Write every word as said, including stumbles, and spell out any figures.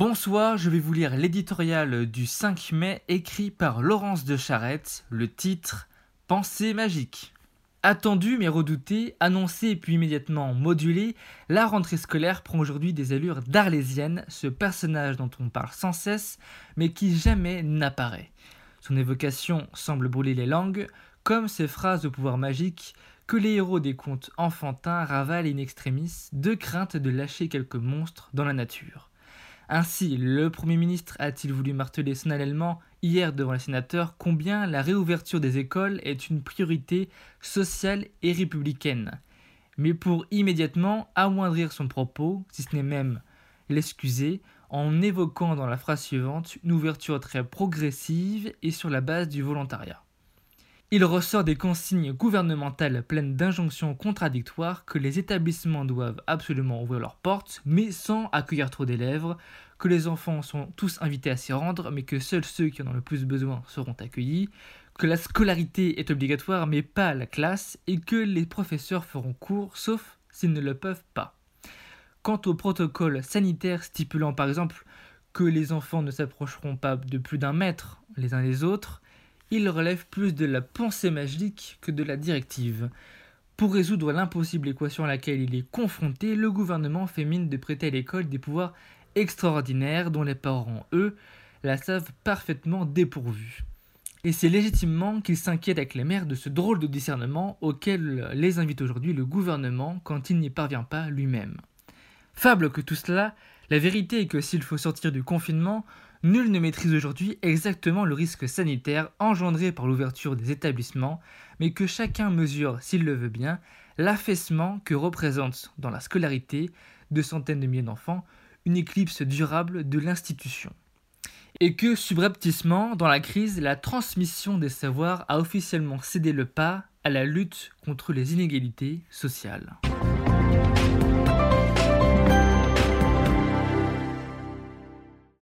Bonsoir, je vais vous lire l'éditorial du cinq mai écrit par Laurence de Charette, le titre « Pensée magique ». Attendu mais redouté, annoncé puis immédiatement modulé, la rentrée scolaire prend aujourd'hui des allures d'Arlésienne, ce personnage dont on parle sans cesse, mais qui jamais n'apparaît. Son évocation semble brûler les langues, comme ces phrases au pouvoir magique que les héros des contes enfantins ravalent in extremis, de crainte de lâcher quelques monstres dans la nature. Ainsi, le Premier ministre a-t-il voulu marteler solennellement hier devant les sénateurs combien la réouverture des écoles est une priorité sociale et républicaine. Mais pour immédiatement amoindrir son propos, si ce n'est même l'excuser, en évoquant dans la phrase suivante une ouverture très progressive et sur la base du volontariat. Il ressort des consignes gouvernementales pleines d'injonctions contradictoires que les établissements doivent absolument ouvrir leurs portes, mais sans accueillir trop d'élèves, que les enfants sont tous invités à s'y rendre, mais que seuls ceux qui en ont le plus besoin seront accueillis, que la scolarité est obligatoire mais pas la classe, et que les professeurs feront cours sauf s'ils ne le peuvent pas. Quant au protocole sanitaire stipulant par exemple que les enfants ne s'approcheront pas de plus d'un mètre les uns des autres, il relève plus de la pensée magique que de la directive. Pour résoudre l'impossible équation à laquelle il est confronté, le gouvernement fait mine de prêter à l'école des pouvoirs extraordinaires dont les parents, eux, la savent parfaitement dépourvus. Et c'est légitimement qu'ils s'inquiètent avec les maires de ce drôle de discernement auquel les invite aujourd'hui le gouvernement quand il n'y parvient pas lui-même. Fable que tout cela, la vérité est que s'il faut sortir du confinement, nul ne maîtrise aujourd'hui exactement le risque sanitaire engendré par l'ouverture des établissements, mais que chacun mesure, s'il le veut bien, l'affaissement que représente dans la scolarité de centaines de milliers d'enfants une éclipse durable de l'institution. Et que, subrepticement, dans la crise, la transmission des savoirs a officiellement cédé le pas à la lutte contre les inégalités sociales.